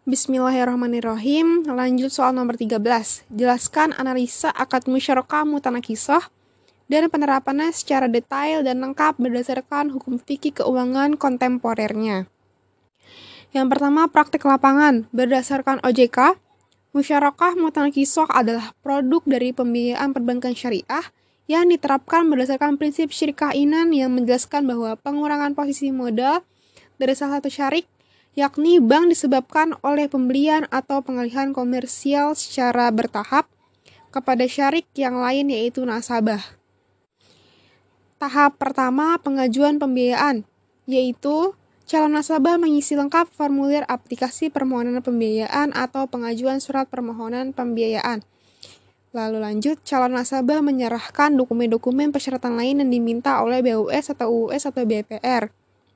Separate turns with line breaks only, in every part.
Bismillahirrahmanirrahim. Lanjut soal nomor 13. Jelaskan analisa akad musyarakah mutanakisah dan penerapannya secara detail dan lengkap berdasarkan hukum fikih keuangan kontemporernya. Yang pertama, praktik lapangan. Berdasarkan OJK, musyarakah mutanakisah adalah produk dari pembiayaan perbankan syariah yang diterapkan berdasarkan prinsip syirkah inan yang menjelaskan bahwa pengurangan posisi modal dari salah satu syarik, yakni bank, disebabkan oleh pembelian atau pengalihan komersial secara bertahap kepada syarik yang lain, yaitu nasabah. Tahap pertama, pengajuan pembiayaan, yaitu calon nasabah mengisi lengkap formulir aplikasi permohonan pembiayaan atau pengajuan surat permohonan pembiayaan. Lalu lanjut, calon nasabah menyerahkan dokumen-dokumen persyaratan lain yang diminta oleh BUS atau UUS atau BPR.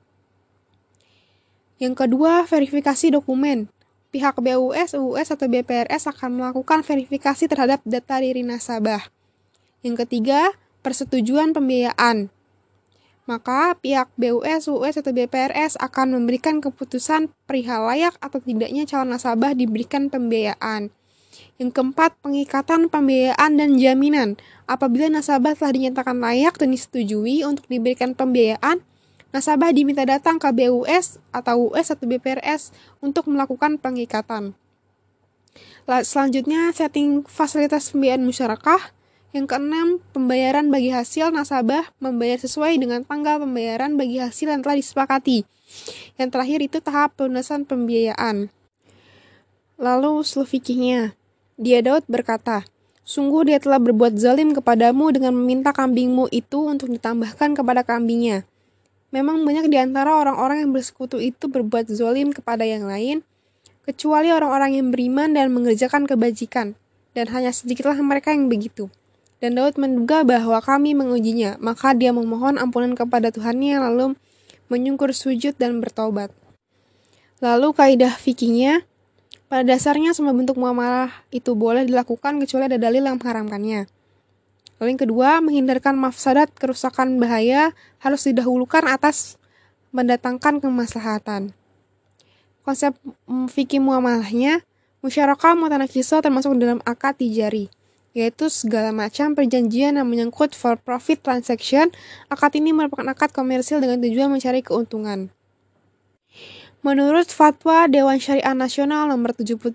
Yang kedua, verifikasi dokumen. Pihak BUS, UUS, atau BPRS akan melakukan verifikasi terhadap data diri nasabah. Yang ketiga, persetujuan pembiayaan. Maka pihak BUS, UUS, atau BPRS akan memberikan keputusan perihal layak atau tidaknya calon nasabah diberikan pembiayaan. Yang keempat, pengikatan pembiayaan dan jaminan. Apabila nasabah telah dinyatakan layak dan disetujui untuk diberikan pembiayaan, nasabah diminta datang ke BUS atau UUS atau BPRS untuk melakukan pengikatan. Selanjutnya, setting fasilitas pembiayaan musyarakah. Yang keenam, pembayaran bagi hasil. Nasabah membayar sesuai dengan tanggal pembayaran bagi hasil yang telah disepakati. Yang terakhir itu tahap pelunasan pembiayaan. Lalu usul fikihnya. Dia Daud berkata, "Sungguh dia telah berbuat zalim kepadamu dengan meminta kambingmu itu untuk ditambahkan kepada kambingnya." Memang banyak di antara orang-orang yang bersekutu itu berbuat zalim kepada yang lain, kecuali orang-orang yang beriman dan mengerjakan kebajikan, dan hanya sedikitlah mereka yang begitu. Dan Daud menduga bahwa kami mengujinya, maka dia memohon ampunan kepada Tuhannya lalu menyungkur sujud dan bertobat. Lalu kaidah fikihnya, pada dasarnya semua bentuk muamalah itu boleh dilakukan kecuali ada dalil yang mengharamkannya. Lalu yang kedua, menghindarkan mafsadat, kerusakan, bahaya harus didahulukan atas mendatangkan kemaslahatan. Konsep fikih muamalahnya, musyarakah mutanakisah termasuk dalam akad tijari, yaitu segala macam perjanjian yang menyangkut for profit transaction. Akad ini merupakan akad komersil dengan tujuan mencari keuntungan. Menurut Fatwa Dewan Syariah Nasional nomor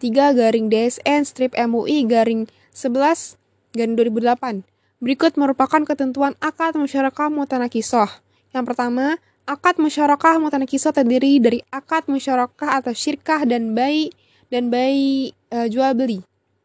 73/DSN-MUI/11/2008, berikut merupakan ketentuan akad musyarakah mutanakisah. Yang pertama, akad musyarakah mutanakisah terdiri dari akad musyarakah atau syirkah dan bai jual beli.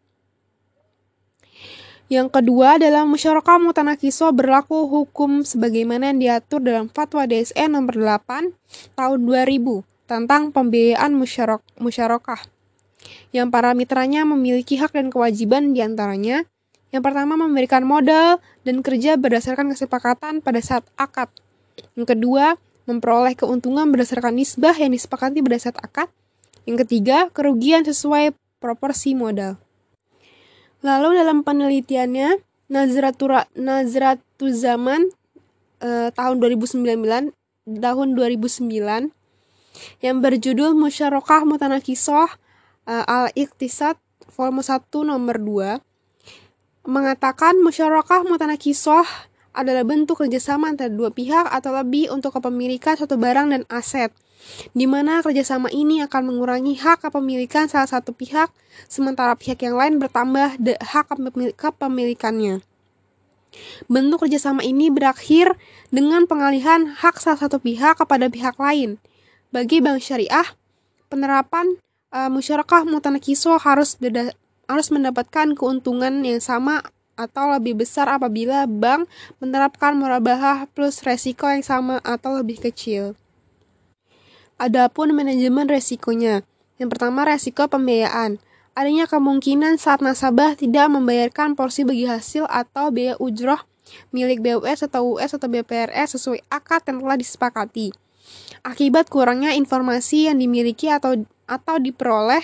Yang kedua, dalam musyarakah mutanakisah berlaku hukum sebagaimana yang diatur dalam Fatwa DSN nomor 8 tahun 2000 tentang pembiayaan musyarakah, yang para mitranya memiliki hak dan kewajiban diantaranya. Yang pertama, memberikan modal dan kerja berdasarkan kesepakatan pada saat akad. Yang kedua, memperoleh keuntungan berdasarkan nisbah yang disepakati pada saat akad. Yang ketiga, kerugian sesuai proporsi modal. Lalu dalam penelitiannya, Nazratu Zaman tahun 2009 yang berjudul Musyarakah Mutanakisah Al-Iqtisad volume 1 nomor 2 mengatakan musyarakah mutanakisah adalah bentuk kerjasama antara dua pihak atau lebih untuk kepemilikan suatu barang dan aset, di mana kerjasama ini akan mengurangi hak kepemilikan salah satu pihak, sementara pihak yang lain bertambah hak kepemilikannya. Bentuk kerjasama ini berakhir dengan pengalihan hak salah satu pihak kepada pihak lain. Bagi bank syariah, penerapan musyarakah mutanakisah harus mendapatkan keuntungan yang sama atau lebih besar apabila bank menerapkan murabahah plus resiko yang sama atau lebih kecil. Adapun manajemen resikonya, yang pertama resiko pembiayaan. Adanya kemungkinan saat nasabah tidak membayarkan porsi bagi hasil atau biaya ujroh milik BUS atau UUS atau BPRS sesuai akad yang telah disepakati, akibat kurangnya informasi yang dimiliki atau diperoleh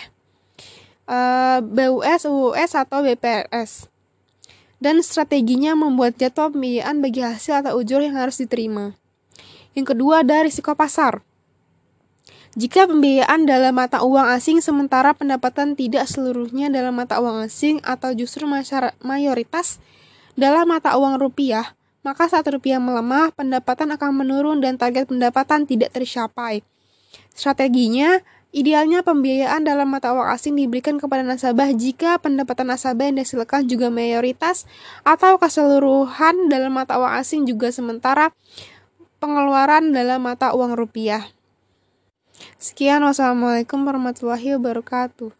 BUS, UUS, atau BPRS, dan strateginya membuat jadwal pembiayaan bagi hasil atau ujur yang harus diterima. Yang kedua, ada risiko pasar. Jika pembiayaan dalam mata uang asing sementara pendapatan tidak seluruhnya dalam mata uang asing atau justru mayoritas dalam mata uang rupiah, maka saat rupiah melemah, pendapatan akan menurun dan target pendapatan tidak tercapai. Strateginya, idealnya pembiayaan dalam mata uang asing diberikan kepada nasabah jika pendapatan nasabah yang dihasilkan juga mayoritas atau keseluruhan dalam mata uang asing juga sementara pengeluaran dalam mata uang rupiah. Sekian, wassalamualaikum warahmatullahi wabarakatuh.